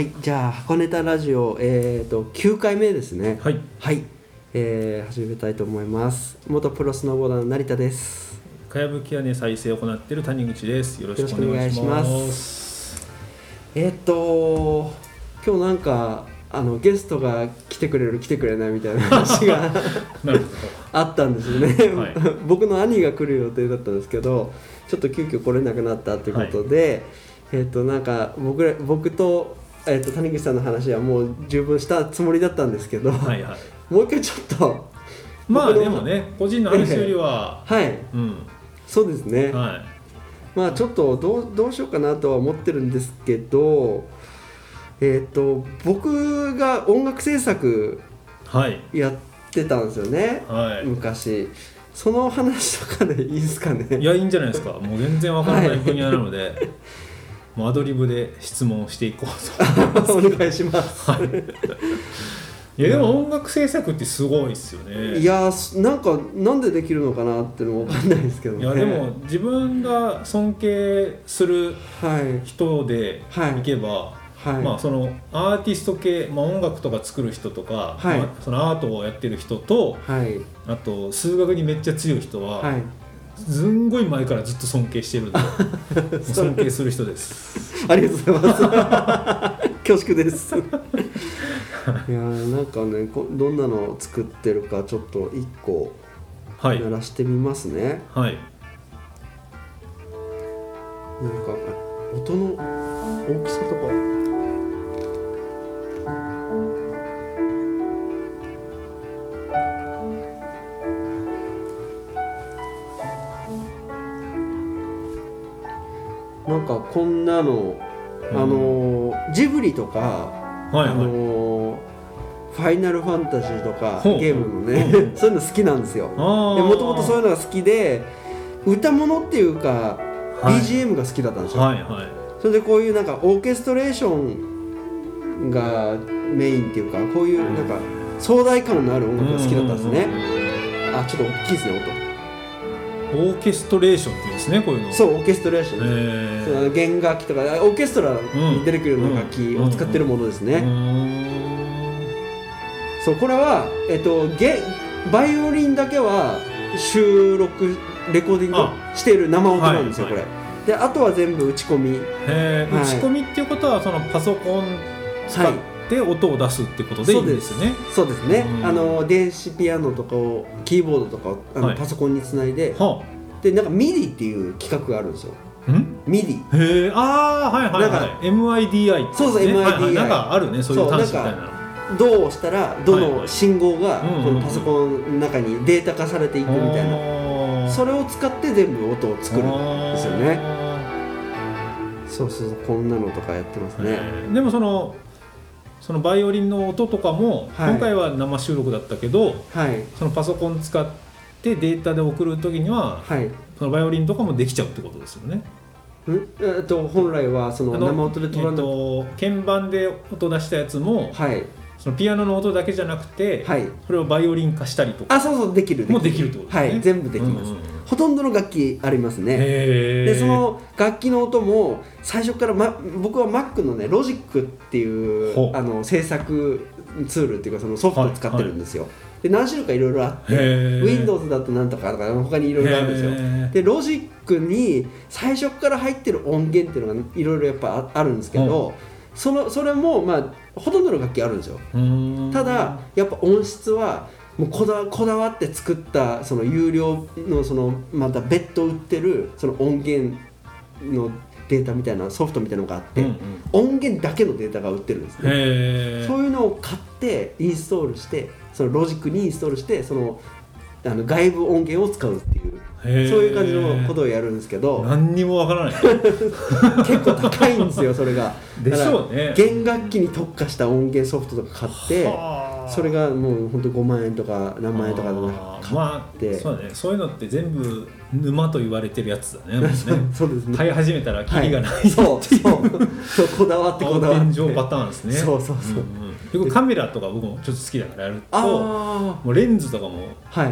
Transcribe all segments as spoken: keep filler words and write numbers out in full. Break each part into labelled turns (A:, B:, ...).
A: 、じゃあ箱ネタラジオ、えー、ときゅうかいめですね。
B: はい、
A: はいえー、始めたいと思います。元プロスノーボーダーの成田です。
B: かやぶき屋根再生を行っている谷口です。よろしくお願いします。
A: よろしくお願いします。えっ、ー、と今日なんかあのゲストが来てくれる来てくれないみたいな話が
B: なるほど
A: あったんですよね、はい、僕の兄が来る予定だったんですけど、ちょっと急遽来れなくなったということで、はい、えっ、ー、となんか 僕, 僕とえー、と谷口さんの話はもう十分したつもりだったんですけど、はいはい、もう一回ちょっと
B: まあでもね個人の話よりは、
A: えー、はい、うん、そうですね、はい、まあちょっとど う, どうしようかなとは思ってるんですけど、えー、と僕が音楽制作やってたんですよね、はい、昔。その話とかでいいですかね。
B: いやいいんじゃないですか。もう全然わからない分野なので、はいもうアドリブで質問していこうと
A: お願いします、はい、
B: いやでも音楽制作ってすごいですよね。
A: いやなんかなんでできるのかなっていうのも分かんないですけどね。
B: いやでも自分が尊敬する人でいけば、はいはいまあ、そのアーティスト系、まあ、音楽とか作る人とか、はいまあ、そのアートをやってる人と、はい、あと数学にめっちゃ強い人は、はいすんごい前からずっと尊敬してるんで尊敬する人です。
A: ありがとうございます恐縮ですいやなんかねどんなのを作ってるかちょっといっこ鳴らしてみますね。はい、なんか音の大きさとかなんかこんなの、うん、あのジブリとか、はいはい、あのファイナルファンタジーとかゲームのねそういうの好きなんですよ。もともとそういうのが好きで歌物っていうか、はい、ビージーエム が好きだったんですよ、はいはい、それでこういうなんかオーケストレーションがメインっていうかこういうなんか壮大感のある音楽が好きだったんですね。あちょっと大きいですね音。
B: オーケストレーションっていうんですねこういうの。
A: そうオーケストレーション、えー、その弦楽器とかオーケストラに出てくるような楽器を使ってるものですね、うんうん、そうこれは、えっと、ゲバイオリンだけは収録レコーディングしている生音なんですよ、はいはい、これであとは全部打ち込み。
B: へ、はい、打ち込みっていうことはそのパソコン使って音を出すってことでいいんですよね。
A: そうです、そうですね、うん、あの電子ピアノとかをキーボードとかをあの、はい、パソコンにつないで、はあ、でなんか ミディ っていう企画があるんですよ。ん ミディ
B: へえああはいはいはい エムアイディーアイ って、ね、
A: そうそう エムアイディーアイ、はいはい、
B: なんかあるねそういう端子みたいなの。
A: どう押したらどの信号がこのパソコンの中にデータ化されていくみたいな、それを使って全部音を作るんですよね。そうそうそうこんなのとかやってますね。
B: でもそのそのバイオリンの音とかも、はい、今回は生収録だったけど、はい、そのパソコン使ってデータで送るときには、はい、そのバイオリンとかもできちゃうってことですよね。
A: んえっと本来はその生音で取らない、えっと、
B: 鍵盤で音出したやつも、はい、そのピアノの音だけじゃなくて、はい、それをバイオリン化したりとか
A: あそうそうできる
B: もうできるってことですね。
A: はい全部できます、うんうん、ほとんどの楽器ありますね。でその楽器の音も最初から、ま、僕は Mac のね Logic っていうあの制作ツールっていうかそのソフトを使ってるんですよ、はいはい、で何種類かいろいろあって Windows だとなんとかとか他にいろいろあるんですよ。で Logic に最初から入ってる音源っていうのがいろいろやっぱあるんですけど、うん、そのそれもまあほとんどの楽器あるんですよ。ただやっぱ音質はもうこだ、こだわって作ったその有料のそのまた別途売ってるその音源のデータみたいなソフトみたいなのがあって、うんうん、音源だけのデータが売ってるんですね。そういうのを買ってインストールしてそのロジックにインストールしてそのあの外部音源を使うっていうそういう感じのことをやるんですけど
B: 何にもわからない
A: 結構高いんですよそれが。
B: でしょうね。
A: 弦楽器に特化した音源ソフトとか買ってそれがもう本当ごまんえんとか何万円とかで買って、まあ
B: そうね、そういうのって全部沼と言われてるやつだね。もうね
A: そうですね。
B: 買い始めたらキリがない、はい、
A: そうそうそうこだわってこだわって
B: 天井パターンですね。
A: そうそうそう、
B: うんうん、カメラとか僕もちょっと好きだからやるともうレンズとかも、はい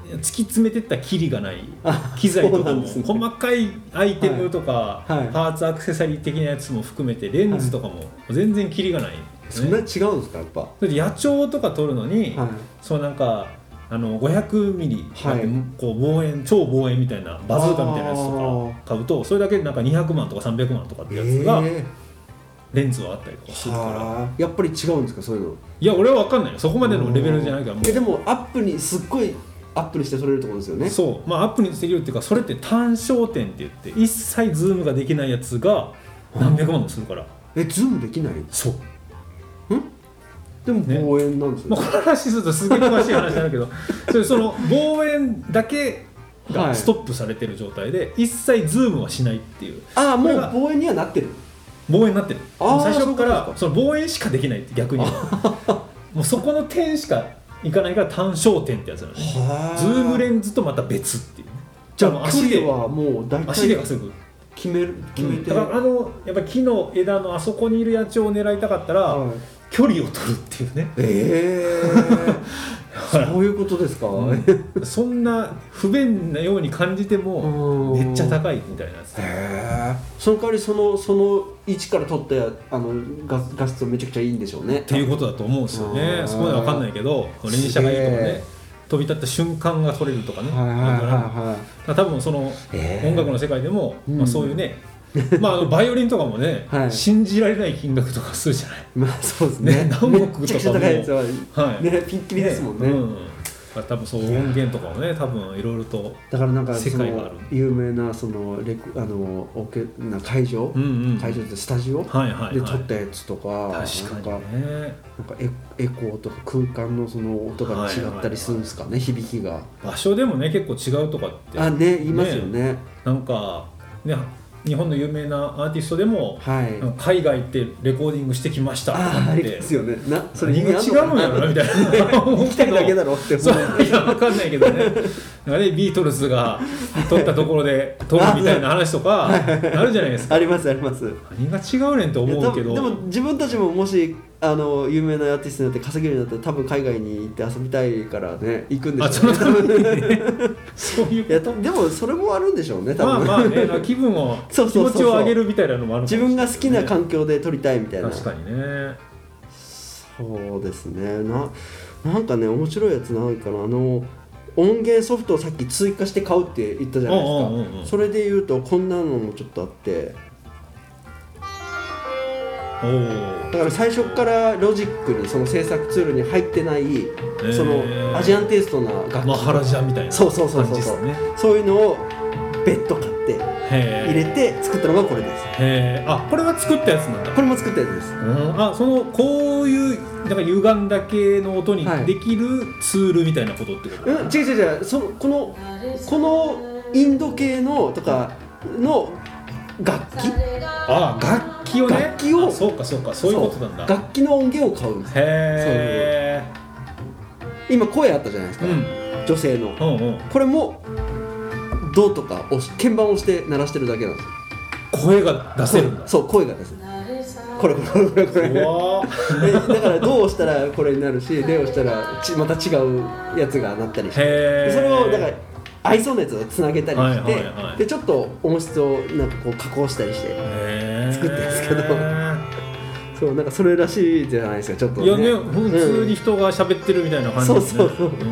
B: 突き詰めてったらキリがない機材とかも、ね、細かいアイテムとか、はいはい、パーツアクセサリー的なやつも含めてレンズとかも全然キリがない、ね、
A: そんなに違うんですかやっぱ。
B: 野鳥とか撮るのに、はい、そうなんかあのごひゃくミリ、はい、こう望遠超望遠みたいなバズーカみたいなやつとか買うとそれだけでなんかにひゃくまんとかさんびゃくまんとかってやつが、えー、レンズはあったりとかするから
A: やっぱり違うんですかそういうの。
B: いや俺は分かんないよそこまでのレベルじゃないから。もう
A: でもアップにすっごいアップにして撮れるってことですよね。
B: そう、まあ、アップにできるっていうかそれって単焦点って言って一切ズームができないやつが何百万もするから。
A: えズームできない。
B: そう。
A: んでも望遠なんですよ、ね。
B: まあ、この話するとすげえ詳しい話なんだけどそれその望遠だけがストップされてる状態で、はい、一切ズームはしないっていう。
A: ああもう望遠にはなってる。
B: 望遠になってる。最初からその望遠しかできないって逆にもうそこの点しかいかないから単焦点ってやつなんですね。ズームレンズとまた別っていうね。
A: じゃあ足ではもう大体
B: 足で稼ぐ
A: 決める決めて、
B: うん、だからあのやっぱ木の枝のあそこにいる野鳥を狙いたかったら、はい、距離を取るっていうね。
A: えー、そういうことですか、うん、
B: そんな不便なように感じてもめっちゃ高いみたいなやつ。
A: へー、その代わりそのその位置から撮ったあの 画, 画質めちゃくちゃいいんでしょうね
B: っていうことだと思うんですよね。そこまで分かんないけど連射がいいとかね飛び立った瞬間が撮れるとかね。多分その音楽の世界でも、えーまあ、そういうね、うん、まあ、あのバイオリンとかもね、はい、信じられない金額とかするじゃない。
A: まあそうですね。
B: ね何億とかも、
A: めちゃくちゃ高いやつは、はいね、ピンキリですもんね。ね、うん、
B: 多分そう音源とかもね多分いろいろと
A: だからなんか世界がある。有名なそのレコあのオケな会場、うんうん、会場でスタジオ、はいはいはい、で撮ったやつとか、
B: 確かにね、
A: なんかエ, エコーとか空間のその音が違ったりするんですかね、はいはいはい、響きが
B: 場所でもね結構違うとかって
A: あね言いますよね。
B: なんかね日本の有名なアーティストでも、はい、海外行ってレコーディングしてきましたとかって
A: あありますよね。な
B: それ何が違うんやろなみたいな
A: 行きたいだけだろって
B: そういや分かんないけどねあれビートルズが撮ったところで撮るみたいな話とかあるじゃないですか。
A: ありますあります。
B: 何が違うねんと思うけど
A: でも自分たちももしあの有名なアーティストになって稼げるようになったら多分海外に行って遊びたいからね行くんでしょうね。あそのためにねそういうこと。いやでもそれもあるんでしょうね多分。
B: まあまあね気分をそうそうそうそう気持ちを上げるみたいなのもあるかもしれない、ね、
A: 自分が好きな環境で撮りたいみたいな。
B: 確かにね。
A: そうですね。ななんかね面白いやつないかな。あの音源ソフトをさっき追加して買うって言ったじゃないですか。うんうんうん、それで言うとこんなのもちょっとあって。だから最初からロジックにその制作ツールに入ってない、えー、そのアジアンテイストな楽器、
B: マハラジャみたいな
A: そうそうそうそうそう、ね、そういうのを別途買って入れて作ったのがこれです。
B: へー、あこれは作ったやつなんだ。
A: これも作ったやつです。
B: うん、あそのこういうなんか歪んだ系の音にできるツールみたいなことってこと、
A: はい、うん、違う違う違う。そのこのこのインド系のとかの楽器、
B: あ楽器をね、
A: 楽器を
B: そうかそうかそういうことなんだ。
A: 楽器の音源を買うんです。
B: へ
A: ー、今声あったじゃないですか、うん、女性の、うんうん、これも銅とか押し鍵盤を押して鳴らしてるだけなんですよ。
B: 声が出せるんだ。
A: そう声が出せる。これこれこれこれだから銅を押したらこれになるしレを押したらちまた違うやつが鳴ったりして、それをだから合いそうなやつをつなげたりして、はいはいはい、でちょっと音質をなんかこう加工したりして作ってるんですけど、そうなんかそれらしいじゃないですかちょっとね。
B: いやね普通に人が喋ってるみたいな感じですね。
A: そうそうそう、うん、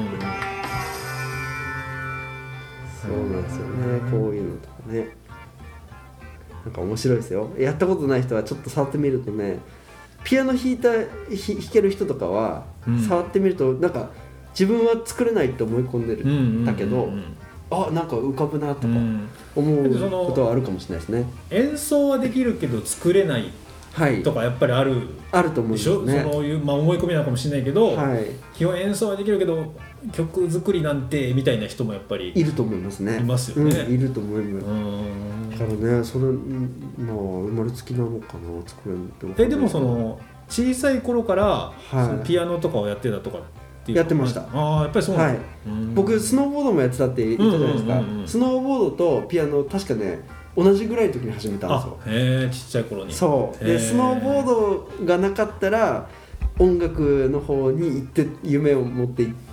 A: そうなんですよね。こういうのとかねなんか面白いですよ。やったことない人はちょっと触ってみるとね、ピアノ弾いた弾ける人とかは触ってみるとなんか自分は作れないと思い込んでるんだけど、うんうんうんうん、あなんか浮かぶなとか思うことはあるかもしれないですね。
B: 演奏はできるけど作れないとかやっぱりある、はい、
A: あると思うんですね。
B: そういう、まあ、思い込みなのかもしれないけど、
A: はい、
B: 基本演奏はできるけど曲作りなんてみたいな人もやっぱり
A: いると思いますね。
B: いますよね、
A: うん、いると思います。だからねそれまあ生まれつきなのかな作れるって。
B: えでもその小さい頃から、はい、そのピアノとかをやってたとか
A: やってました。
B: ああやっぱりそうなんですか、
A: はい、僕スノーボードもやってたって言ったじゃないですか、うんうんうんうん、スノーボードとピアノ確かね同じぐらいの時に始めたんですよ。
B: へえちっちゃい頃に。
A: そうでスノーボードがなかったら音楽の方に行って夢を持って行っ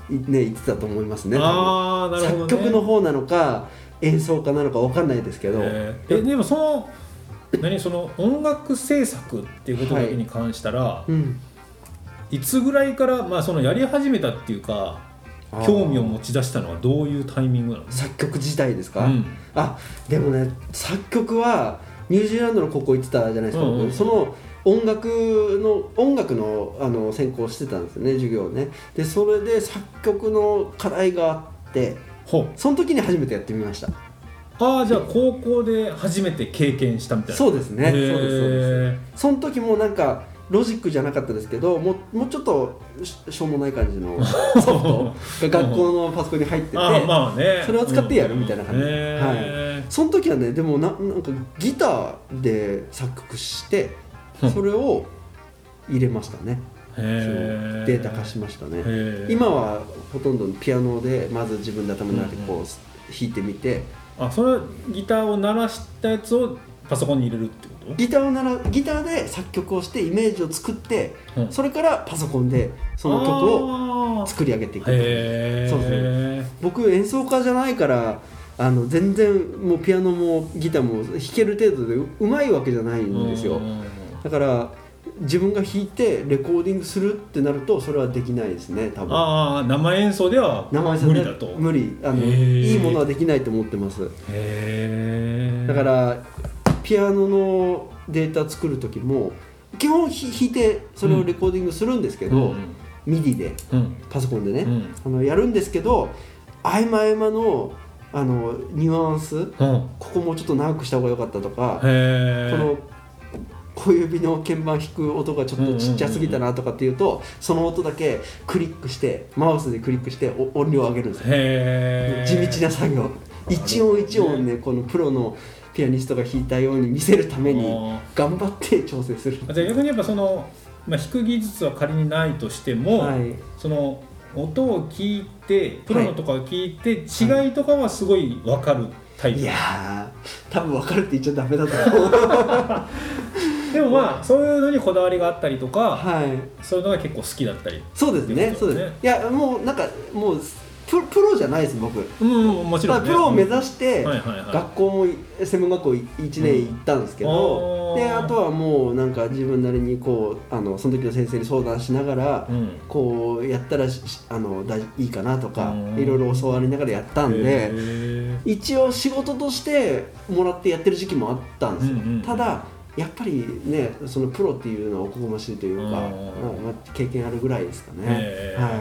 A: ね、言ってたと思いますね。
B: あ、なるほどね、
A: 作曲の方なのか演奏家なのか分かんないですけど、
B: えー、えでもその何その音楽制作っていうことだけに関したら、はい、うん、いつぐらいから、まあ、そのやり始めたっていうか興味を持ち出したのはどういうタイミングなの？
A: 作曲自体ですか？
B: うん、
A: あ、でもね、作曲はニュージーランドの高校行ってたじゃないですか、うんうん、その音楽の音楽の、あの専攻してたんですよね、授業ね。でそれで作曲の課題があって、その時に初めてやってみました。
B: ああ、じゃあ高校で初めて経験したみたいな。
A: そうですね、そうですそうです。その時もなんかロジックじゃなかったですけど、もう、もうちょっと し, しょうもない感じのソフトが学校のパソコンに入ってて
B: あ、まあね、
A: それを使ってやるみたいな感じ、うん、はい、その時はね、でも な, なんかギターで作曲してそれを入れましたね。へデータ化しましたね。今はほとんどピアノでまず自分で頭の中でこう、うん、弾いてみて、
B: あ、それギターを鳴らしたやつをパソコンに入れるってこと？
A: ギターをならギターで作曲をしてイメージを作って、うん、それからパソコンでその曲を作り上げていく。へー、そうですね。僕演奏家じゃないからあの全然もうピアノもギターも弾ける程度でうまいわけじゃないんですよ。だから自分が弾いてレコーディングするってなるとそれはできないですね、多分。
B: ああ、生演奏では無理だと。
A: 無理、あのいいものはできないと思ってます。へー。だからピアノのデータ作る時も基本弾いてそれをレコーディングするんですけど、うん、ミディ で、うん、パソコンでね、うん、あのやるんですけど、合間合間のあのニュアンス、うん、ここもうちょっと長くした方が良かったとか、この小指の鍵盤弾く音がちょっとちっちゃすぎたなとかっていうと、その音だけクリックしてマウスでクリックして音量を上げるんですよ。へー、地道な作業、一音一音ね、このプロのピアニストが弾いたように見せるために頑張って調整する。
B: じゃあ逆にやっぱその、まあ、弾く技術は仮にないとしても、はい、その音を聞いてプロのとかを聞いて、はい、違いとかはすごい分かるタイプ。
A: いやー、多分分かるって言っちゃダメだと思う
B: でもまあそういうのにこだわりがあったりとか、はい、そういうのが結構好きだったり。
A: そうですね、そうです。いやもうなんかもうプ ロ, プロじゃないです僕、
B: うん、もちろん、ね、
A: プロを目指して学校も専門学校いちねん行ったんですけど、うん、であとはもうなんか自分なりにこうあのその時の先生に相談しながら、うん、こうやったらあのだいいかなとか、うん、いろいろ教わりながらやったんで、一応仕事としてもらってやってる時期もあったんですよ、うんうん、ただやっぱりね、そのプロっていうのはおこがましいというか、まあ、経験あるぐらいですかね、はい、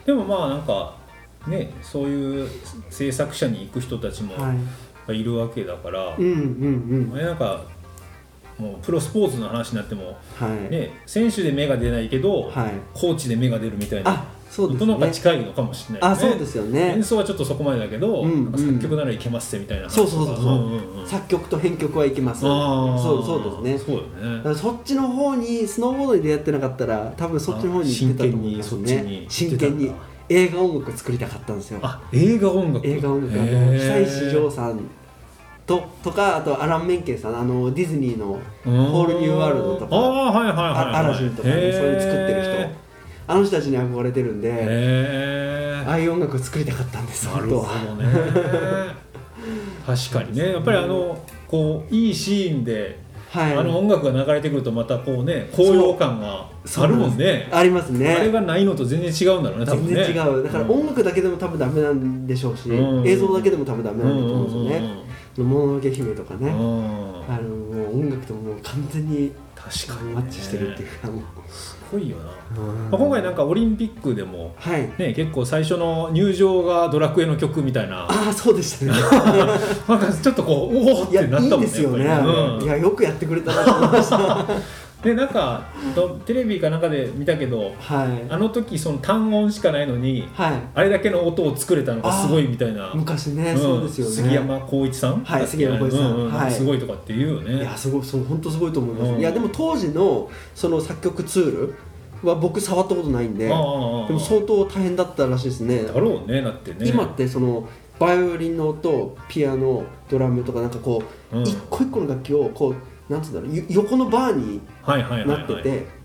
B: でもまあなんかね、そういう制作者に行く人たちもいるわけだから、はい、うんうんうん、なんかもうプロスポーツの話になっても、はいね、選手で芽が出ないけど、はい、コーチで芽が出るみたいなとのが近いのかもしれないですね。
A: あ、そうですよね。
B: 演奏はちょっとそこまでだけど、うんうん、作曲ならいけますみたいな。
A: そうそうそうそう、うんうんうん、作曲と編曲はいけます。そうそうですね。そうだね。だからそっちの方にスノーボードに出会ってなかったら多分そっちの方に行ってたと思いますね。真剣に映画音楽作りたかったんですよ。
B: あ、映画音楽。
A: 映画音楽。久石譲さんととか、あとアラン・メンケンさん、あのディズニーのホールニューワールドとか、
B: あ、はいはいはいはい、
A: アラジンとか、ね、そういう作ってる人、あの人たちに憧れてるんで、ああいう音楽を作りたかったんです。
B: なるほどね。確かにね、やっぱりあのこういいシーンで。はい、あの音楽が流れてくるとまたこうね、高揚感があるもんね。
A: ありますね。
B: あれがないのと全然違うんだろうね、多分ね。
A: 全然違う。だから音楽だけでも多分ダメなんでしょうし、うん、映像だけでも多分ダメなんだと思うんですよね。もののけ姫とかね、うん、あのもう音楽ともう完全に
B: 確かに、ね、
A: マッチしてるっていうか、もう
B: すごいよな。まあ、今回なんかオリンピックでも、はいね、結構最初の入場がドラクエの曲みたいな。
A: ああ、そうでしたね。
B: なんかちょっとこうおおってなったもんね。い
A: いですよね。うん、いや、よくやってくれたなと思いました。
B: でなんかテレビかなんかで見たけど、はい、あの時その単音しかないのに、はい、あれだけの音を作れたのがすごいみたいな。
A: 昔ね、うん、そうですよね。
B: 杉山浩一さん、
A: はい、杉山浩一さん、うんうん、
B: はい、すごいとかって言うよね。
A: いや、すごい、そう、本当すごいと思います、うん、いやでも当時のその作曲ツールは僕触ったことないんで、でも相当大変だったらしいですね。
B: だろうね。だってね、
A: 今ってそのバイオリンの音、ピアノ、ドラムとかなんかこう、うん、一個一個の楽器をこうなんつうんだろう、横のバーになってて、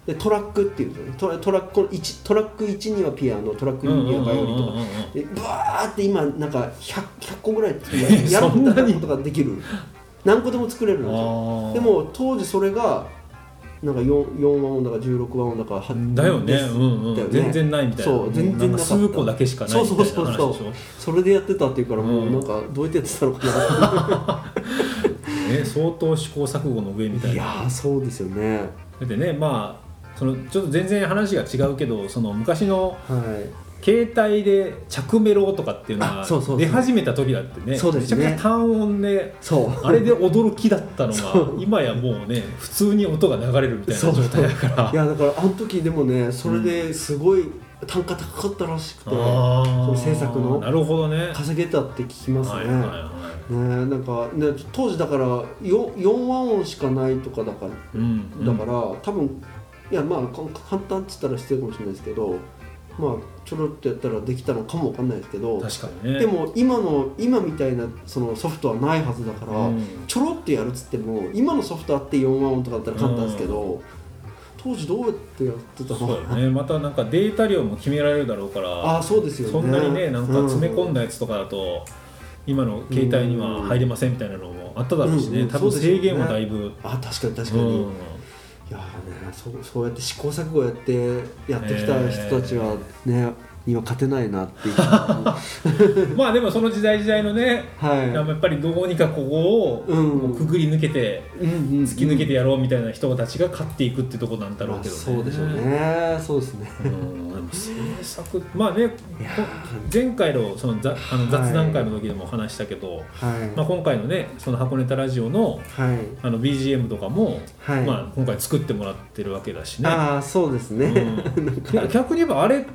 A: でトラックっていうんですよね。トラ、トラックいち、トラックいちにはピアノ、トラックにはバイオリンとかでブワーって今なんか ひゃく個ぐらいやることができる何個でも作れるんですよ。でも当時それがなんか 4, よん和音だかじゅうろく和音だか
B: だよね、うんうん、全然ないみたいな。そう全然なかった。数個だけしかないみたいな話でしょ。そうそうそうそう。それでやってたっていうからもうなんかどうやってやってたのかなね、相当試行錯誤の上みたいな。
A: いやーそうですよね。
B: だってね、まあそのちょっと全然話が違うけど、その昔の携帯で着メロとかっていうのが出始めた時だってね、めちゃくちゃ単音であれで驚きだったのが今やもうね普通に音が流れるみたいな状態だから。
A: いやだからあの時でもねそれですごい単価高かったらしくて、うん、その制作の
B: なるほどね
A: 稼げたって聞きますね。はいはいはい、ねなんかね当時だから 4, よん和音しかないとかだから、うんうん、だから多分いやまあ簡単って言ったら失礼かもしれないですけど、まあちょろっとやったらできたのかもわかんないですけど、
B: 確かにね。
A: でも今の今みたいなそのソフトはないはずだから、うん、ちょろっとやるっつっても今のソフトあってよん和音とかだったら簡単ですけど、うん、当時どうやってやってたのかな。
B: そうだね。またなんかデータ量も決められるだろうから、
A: あそうですよね。
B: そんなにねなんか詰め込んだやつとかだと、うん、今の携帯には入れませんみたいなのもあっただろうしね、うんうん、多分制限もだいぶ、ね、
A: あ確かに確かに、うんいやね、そう、そうやって試行錯誤やってやってきた人たちはね、には勝てないなっていう
B: まあでもその時代時代のね、はい、やっぱりどうにかここを、うん、もうくぐり抜けて、うんうんうん、突き抜けてやろうみたいな人たちが勝っていくってとこなんだろうけどね、
A: まあ、そうでしょうね。そうですね。
B: うん制作まあね前回のそのざあの雑談会の時でも話したけど、はいまあ、今回のねその箱ネタラジオ の,、はい、あの ビージーエム とかも、はいまあ、今回作ってもらってるわけだしね。
A: ああそうですね、
B: うん、逆に言えばあれって、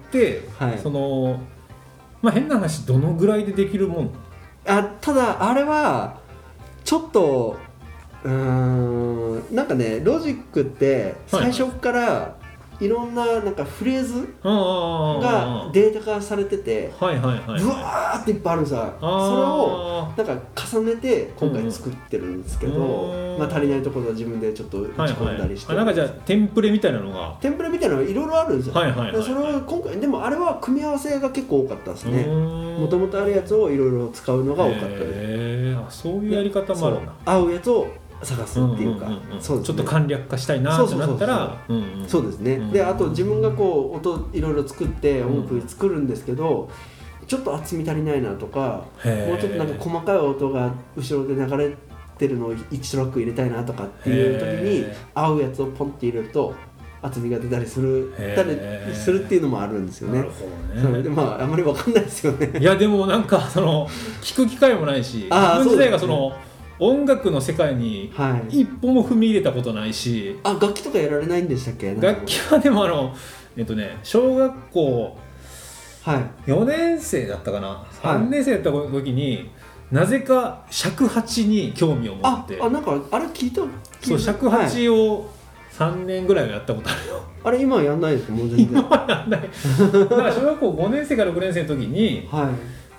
B: はいそのまあ、変な話どのぐらいでできるもん？
A: あただあれはちょっとうーんなんかねロジックって最初からいろんななんかフレーズがデータ化されててブワーっていっぱいあるんですよ。それをなんか重ねて今回作ってるんですけど、まあ、足りないところは自分でちょっと打ち込んだりして、
B: はいはい、あなんかじゃあテンプレみたいなのが
A: テンプレみたいなのがいろいろあるんですよ、はいはいはいはい、それを今回でもあれは組み合わせが結構多かったですね。もともとあるやつをいろいろ使うのが多かったです。
B: へー、そういうやり方もあるんだ。
A: 合うやつを探すっていうか、
B: ちょっと簡略化したいなってなったら
A: そうですね。であと自分がこう音いろいろ作って音楽作るんですけど、うん、ちょっと厚み足りないなとかもうちょっとなんか細かい音が後ろで流れてるのをいちトラック入れたいなとかっていう時に合うやつをポンって入れると厚みが出たりするたりするっていうのもあるんですよね。なるほどね。でまああんまり分かんないですよね。
B: いやでもなんかその聞く機会もないし、自分自体がその音楽の世界に一歩も踏み入れたことないし、
A: はい、あ楽器とかやられないんでしたっけ？
B: 楽器はでもあのえっとね小学校よねん生だったかな、はい、さんねん生だった時になぜか尺八に興味を持って、
A: ああなんかあれ聞いた
B: そう尺八をさんねんぐらいはやったことあるよ。
A: あれ今はやんないですか？もう全然
B: 今はやんない。だから小学校ごねん生かろくねん生の時に、はい、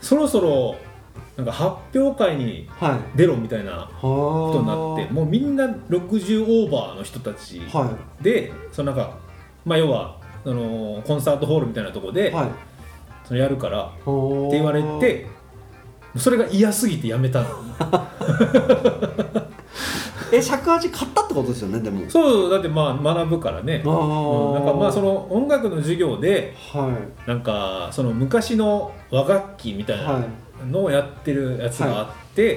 B: そろそろなんか発表会に出ろみたいなことになって、はい、もうみんなろくじゅうオーバーの人たちで、はい、そのなんか、まあ、要はあのコンサートホールみたいなところで、はい、そのやるからって言われて、それが嫌すぎてやめたの。
A: え尺八買ったってことですよね。でも
B: そうだってまあ学ぶからね。あ、うん、なんかまあその音楽の授業で、はい、なんかその昔の和楽器みたいな、はいのをやってるやつがあって、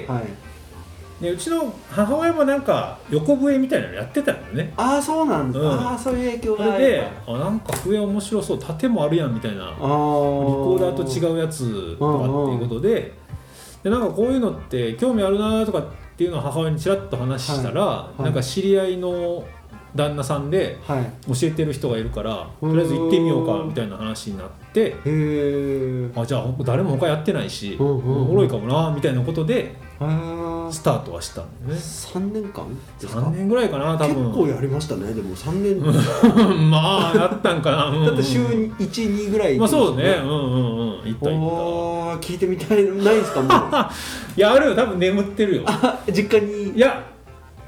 B: はいはい、でうちの母親もなんか横笛みたいなのやってたのね。
A: ああそうなんだ、うん、ああそういう影響がある。
B: それであなんか笛面白そう盾もあるやんみたいな、リコーダーと違うやつとかっていうことで、でなんかこういうのって興味あるなとかっていうのを母親にちらっと話したら、はいはい、なんか知り合いの旦那さんで教えてる人がいるから、はい、とりあえず行ってみようかみたいな話になって、へーあじゃあ誰も他やってないし、うんうんうん、おもろいかもなみたいなことでスタートはしたんだよね。
A: さんねんかんですか？
B: さんねんぐらいかな多分。
A: 結構やりましたね。でもさんねん
B: まあやったんかな、うんうん、
A: だって週いち、にぐらい、
B: まあそうね、うんうんうん行った行
A: った。聞いてみたいないですか？もう
B: いやあるよ多分眠ってるよ。
A: 実家に。
B: いや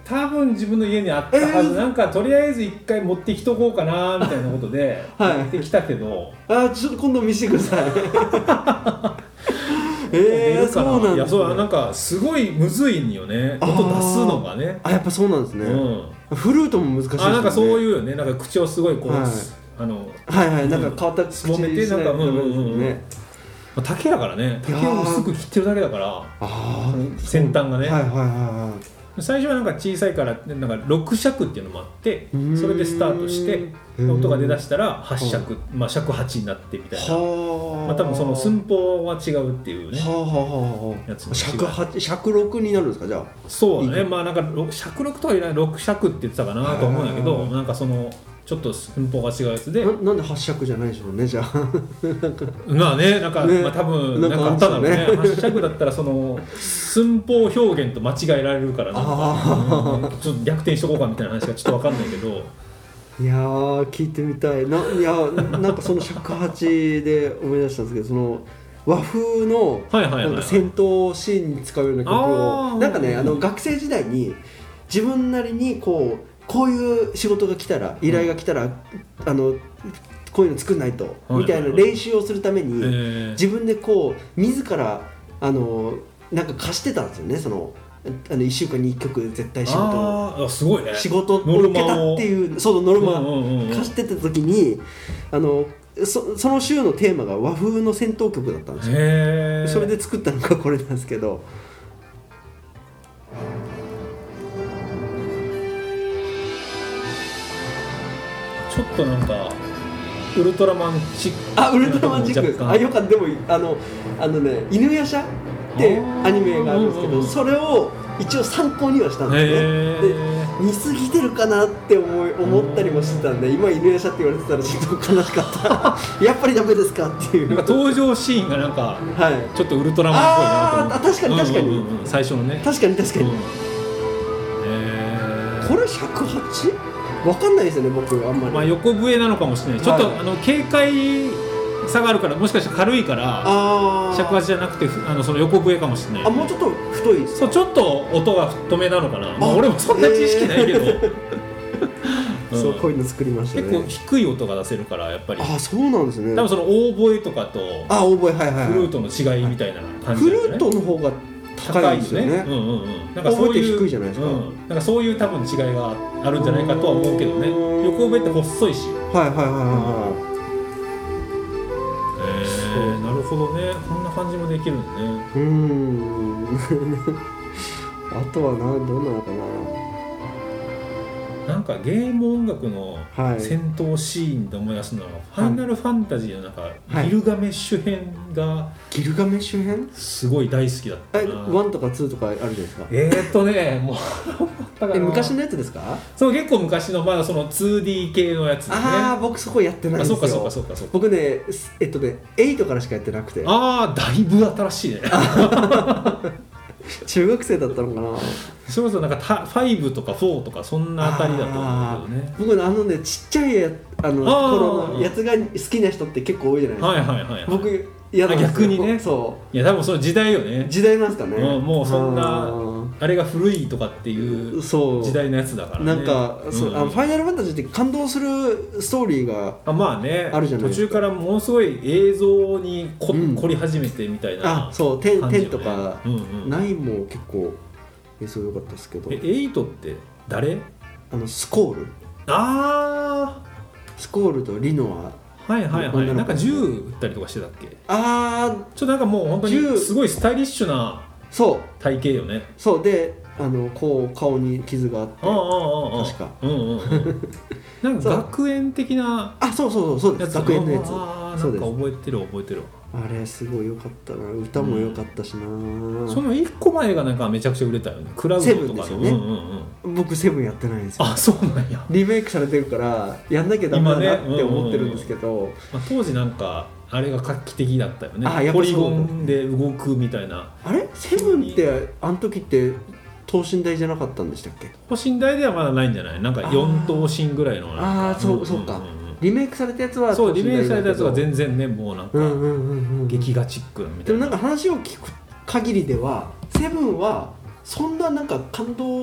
B: 多分自分の家にあったはず、えー、なんかとりあえず一回持ってきとこうかなみたいなことで持ってきたけど、
A: はい、あちょっと今度見せてくださいえー、そうなんですね。いや、そう
B: なんかすごいむずいんよね、音出すのがね。
A: あ、やっぱそうなんですね、うん、フルートも難しいですね。
B: あ、なんかそういうよね、なんか口をすごいこう、はい、あの
A: はいはい、なんか変わった口
B: にしてなんかうんうんうんね、竹だからね、竹を薄く切ってるだけだから、あ先端がね、はいはいはいはい、最初はなんか小さいからなんかろく尺っていうのもあって、それでスタートして音が出だしたらはち尺、まあ尺はちになってみたいな、まあ多分その寸法は違うっていうね、はあはあ、
A: やつの尺はち、尺ろくになるんですか、じゃあ。
B: そうね、まあなんか尺ろくとは言わない、ろく尺って言ってたかなと思うんだけど、なんかそのちょっと寸法が違うやつで、
A: な, なんではち尺じゃないでしょうね、じゃあなんか
B: まあね、なんか、ね、まあ、多分なんかあったんだろうね、はち尺だったらその寸法表現と間違えられるからなんか、うん、ちょっと逆転しとこうかみたいな話がちょっと分かんないけど
A: いやー聞いてみたいな。いやなんかその尺八で思い出したんですけど、その和風のなんか戦闘シーンに使うような曲をなんかね、あの学生時代に自分なりにこうこういう仕事が来たら、依頼が来たら、うん、あのこういうの作んないと、みたいな練習をするために、はいはいはい、自分でこう自らあのなんか貸してたんですよね。そのあのいっしゅうかんにいっきょく絶対仕事を、
B: あすごいね、
A: 仕事を受けたっていうそのノルマ貸してた時に、あの そ, その週のテーマが和風の戦闘曲だったんですよ。へそれで作ったのがこれなんですけど、
B: ちょっとなんかウルトラマンチック、
A: あウルトラマンチック、あよかった。でもあのあのね、犬夜叉ってアニメがあるんですけど、それを一応参考にはしたんですね。で似すぎてるかなって思い思ったりもしてたんで、今犬夜叉って言われてたらちょっと悲しかったやっぱりダメですかっていう、
B: なんか登場シーンがなんか、はい、ちょっとウルトラマンっぽいなと思って。
A: あ確かに確かに、
B: うんうんうん、最初のね、
A: 確かに確かに、うん、これ ひゃくはち？ 分かんないですよね僕あんまり。
B: まあ横笛なのかもしれない、ちょっと、はい、あの軽快差があるから、もしかしたら軽いから尺八じゃなくてあのその横笛かもしれない。
A: あもうちょっと太いですか。
B: そうちょっと音が太めなのかな、まあ、俺もそんな知識ないけど、えー
A: うん、そうこういうの作りましたね。
B: 結構低い音が出せるからやっぱり。
A: あそうなんですね。
B: 多分そのオーボエとかと
A: あオーボエ、はいはいはい、
B: フルートの違いみたいな感じだよね。
A: フルートの方が高いですよね。うんうんうん。なんかそういう低いじゃないですか。うん、なんかそういう多分違いがあるんじゃないかとは思うけどね。横笛って細いし。はいはいはいはい。えー、なるほどね。こんな感じもできるんだね。うーん。あとはなどうなのかな。なんかゲーム音楽の戦闘シーンで思い出すのは、はい、ファイナルファンタジーのなんか、はい、ギルガメッシュ編がギルガメッシュ編
B: すごい大好きだったな。
A: えワンとかツーとかあるじゃないですか。
B: えーっとねもう
A: え昔のやつですか。
B: そう結構昔のまだその ツーディー 系のやつですね。
A: ああ僕そこやってないんですよ。
B: あそうかそうかそうかそうか。僕
A: ねえっとねエイトからしかやってなくて。
B: ああだいぶ新しいね
A: 中学生だったのかな。
B: それこそなんかファイブとかフォーとかそんなあたりだと思うけどね。
A: 僕あのねちっちゃいやあの頃のやつが好きな人って結構多いじゃないですか。はいはいはい、はい、僕嫌なんですよ。
B: 逆にね。
A: そう
B: いや多分その時代よね。
A: 時代なんですかね。
B: うん、もうそんなあれが古いとかっていう時代のやつだからね。
A: なんか、うん、そうあのファイナルファンタジーって感動するストーリーがあまあねあるじゃないですか。
B: 途中からものすごい映像にこ、うん、凝り始めてみたいな、
A: あそうテン、ね、とか、うんうん、ナインも結構映像良かったですけど。
B: えエイトって誰？
A: あのスコール。
B: ああ
A: スコールとリノア。
B: はいはいはい。なんか銃撃ったりとかしてたっけ？
A: ああ
B: ちょっとなんかもう本当にすごいスタイリッシュな体型よね。
A: そうであのこう顔に傷があって、ああああ確か、うんうんうん、
B: なんか学園的な
A: あそうそうそうそうです学園のやつ。
B: ああなんか覚えてる覚えてる。
A: あれすごい良かったな。歌も良かったしな、うん、
B: そのいっこまえがなんかめちゃくちゃ売れたよね。クラウドとかの。セブンですよね、うんうん
A: うん、僕セブンやってないんですよ。
B: あそうなんや。
A: リメイクされてるからやんなきゃダメだなって思ってるんですけど、ねうんうんうん
B: まあ、当時なんかあれが画期的だったよね。あやっぱポリゴンで動くみたいな。
A: あれセブンってあの時って等身大じゃなかったんでしたっけ？
B: 等身大ではまだないんじゃない？なんかよん等身ぐらいのなんか。
A: ああそう、うんうんうん、そうか。リメイクされたやつは
B: そうリメイクされたやつは全然ねもうなんか劇画チックみたいな。
A: でもなんか話を聞く限りではセブンはそんななんか感動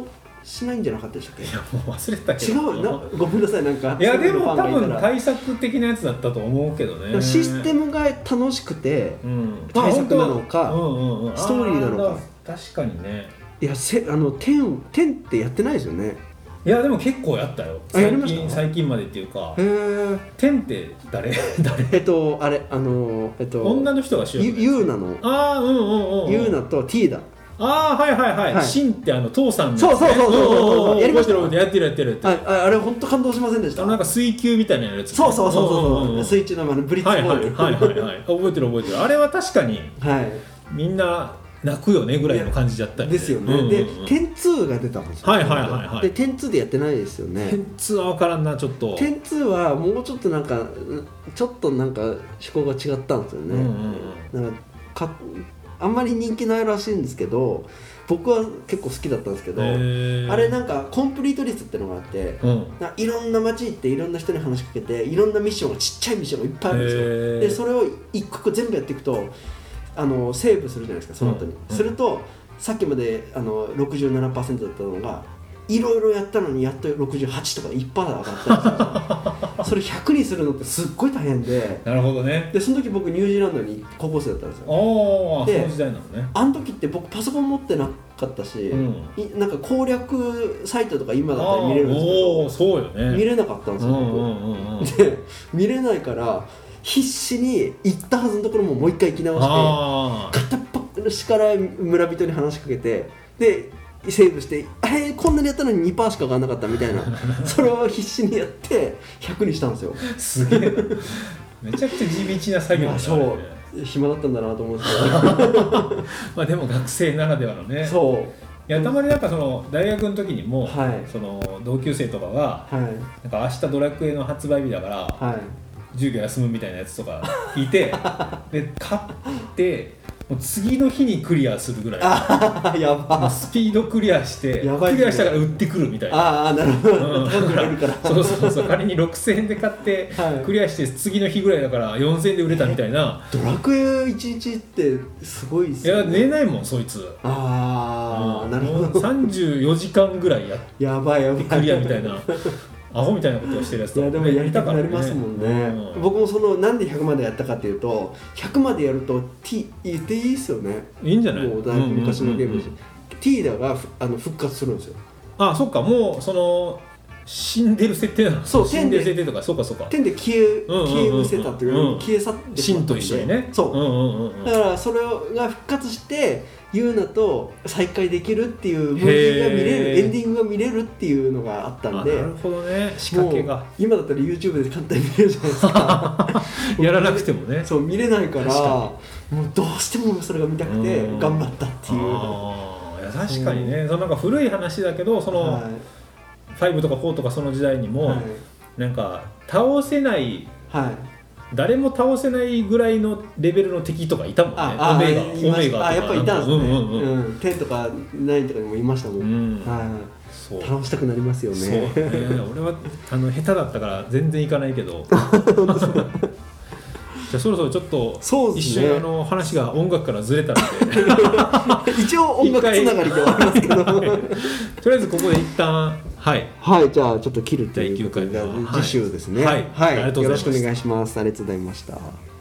A: しないんじゃなかったでしたっけ？
B: いやもう忘れたけど
A: 違うな、ごめんなさい、なんか
B: いやでも多分対策的なやつだったと思うけどね。
A: システムが楽しくて、うん、対策なのか、うんうんうん、ストーリーなのか。
B: 確かにね。
A: いやせあの天天ってやってないですよね。
B: いやでも結構やったよ最近最近までっていうか。へえ。天って誰誰？
A: えっとあれあのえっと
B: 女の人が主役。
A: ユーナの。
B: ああうんうんうん。
A: ユーナとティーダ。
B: ああはいはいはい。はい、シンってあの父さんの、ね。
A: そうそうそうそう。やりました。
B: やってるやってる。
A: ああれ本当感動しませんでした。
B: なんか水球みたいなやつ。
A: そうそうそうそう。水中のあのブリッジボール。
B: はいはいはいはい。覚えてる覚えてる。あれは確かに。はい。みんな。泣くよねぐらいの感じだったり、ね、
A: ですよね、うんうんうん、でテンツーが出たんですよ、
B: はいはいはいはい、
A: でテンツーでやってないですよね。
B: テンツーは分からんなちょっと。
A: テンツーはもうちょっとなんかちょっとなんか思考が違ったんですよね、うんうんうん、なんかかあんまり人気ないらしいんですけど僕は結構好きだったんですけど、あれなんかコンプリート率ってのがあって、うん、いろんな街行っていろんな人に話しかけていろんなミッションがちっちゃいミッションがいっぱいあるんですよ。でそれを一個一個全部やっていくとあのセーブするじゃないですかその後に、うんうん、するとさっきまであの ろくじゅうななパーセント だったのがいろいろやったのにやっとろくじゅうはちとか いちパーセント 上がったんですよそれひゃくにするのってすっごい大変で。
B: なるほどね。
A: でその時僕ニュージーランドに高校生だったんですよ。
B: ああその時代なのね。
A: あの時って僕パソコン持ってなかったし、うん、なんか攻略サイトとか今だったら見れるんですけど
B: そうよね
A: 見れなかったんですよ、うんうんうんうん、で見れないから必死に行ったはずのところももう一回行き直して片っ端から村人に話しかけてでセーブしてえー、こんなにやったのに にパーセント しか上がんなかったみたいなそれを必死にやってひゃくにしたんですよ。
B: すげえめちゃくちゃ地道な作業だね。
A: そう暇だったんだなと思うんですけ
B: どまあでも学生ならではのね。
A: そう
B: いやたまになんかその大学の時にも、はい、その同級生とかが、はい、なんか明日ドラクエの発売日だから、はい授業休むみたいなやつとかいてで買ってもう次の日にクリアするぐらい
A: あやば
B: スピードクリアして
A: やばい、ね、
B: クリアしたから売ってくるみたいな。
A: ああなるほど、うん、
B: そうそうそう仮にろくせんえんで買って、はい、クリアして次の日ぐらいだからよんせんえんで売れたみたいな。
A: ドラクエいちにちってすごいっすよね。
B: いや寝ないもんそいつ。
A: ああ、うん、
B: なるほど。さんじゅうよじかんぐらいやって
A: やばいやばい
B: クリアみたいなアホみたいなことをしてるやつとか、
A: ね、いやでもやりたくなりますもんね、うん、僕もそのなんでひゃくまでやったかっていうとひゃくまでやると T 言っていいっすよね。
B: いいんじゃない。
A: もうだいぶ昔のゲームです、うんうんうん、T だがあの復活するんですよ。
B: ああそっかもうその死んでる設定なの。
A: そう
B: 死んでる設定とかそうかそうか
A: 天で消え、うんうんうんうん、消え失せたっていうか、うん、消え去って
B: しまったんで神と一緒にね。
A: そう、うんうんうんうん、だからそれが復活してユーナと再会できるっていうムービーが見れるエンディングが見れるっていうのがあったんで。
B: なるほどね。仕掛けが
A: 今だったら YouTube で簡単に見れるじゃないですか
B: やらなくてもね。
A: そう見れないからもうどうしてもそれが見たくて頑張ったっていう。
B: あいや確かにね、そのなんか古い話だけどその、はい、ごとかよんとかその時代にも、はい、なんか倒せない、はい誰も倒せないぐらいのレベルの敵とかいたもんね。
A: ああオメガオメガとかあやっぱいたんですね。うんうんうん、テンとかナインとかにもいましたもん、うんはい、そう倒したくなりますよね。そうね
B: 俺はあの下手だったから全然いかないけどじゃあそろそろちょっと一瞬、ね、あの話が音楽からずれたの
A: で一応音楽つながりではありますけどと
B: りあえずここで一旦はい、
A: はい、じゃあちょっと切るということで次週ですね、
B: はい、はい、
A: よろしくお願いします。ありがとうございました。